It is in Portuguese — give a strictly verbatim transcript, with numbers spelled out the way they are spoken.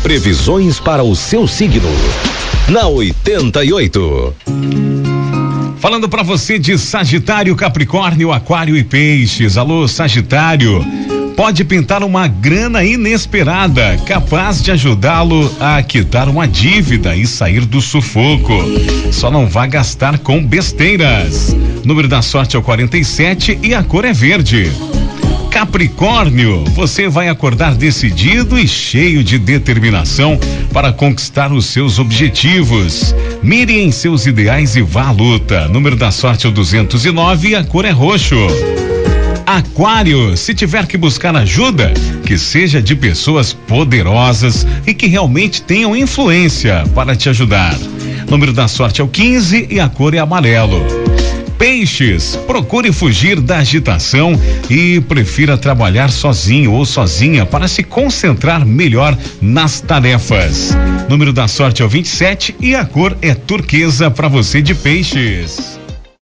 Previsões para o seu signo. Na oitenta e oito. Falando para você de Sagitário, Capricórnio, Aquário e Peixes. Alô, Sagitário. Pode pintar uma grana inesperada, capaz de ajudá-lo a quitar uma dívida e sair do sufoco. Só não vá gastar com besteiras. Número da sorte é o quarenta e sete e a cor é verde. Capricórnio, você vai acordar decidido e cheio de determinação para conquistar os seus objetivos. Mire em seus ideais e vá à luta. Número da sorte é o duzentos e nove e a cor é roxo. Aquário, se tiver que buscar ajuda, que seja de pessoas poderosas e que realmente tenham influência para te ajudar. Número da sorte é o quinze e a cor é amarelo. Peixes, procure fugir da agitação e prefira trabalhar sozinho ou sozinha para se concentrar melhor nas tarefas. Número da sorte é o vinte e sete e a cor é turquesa para você de Peixes.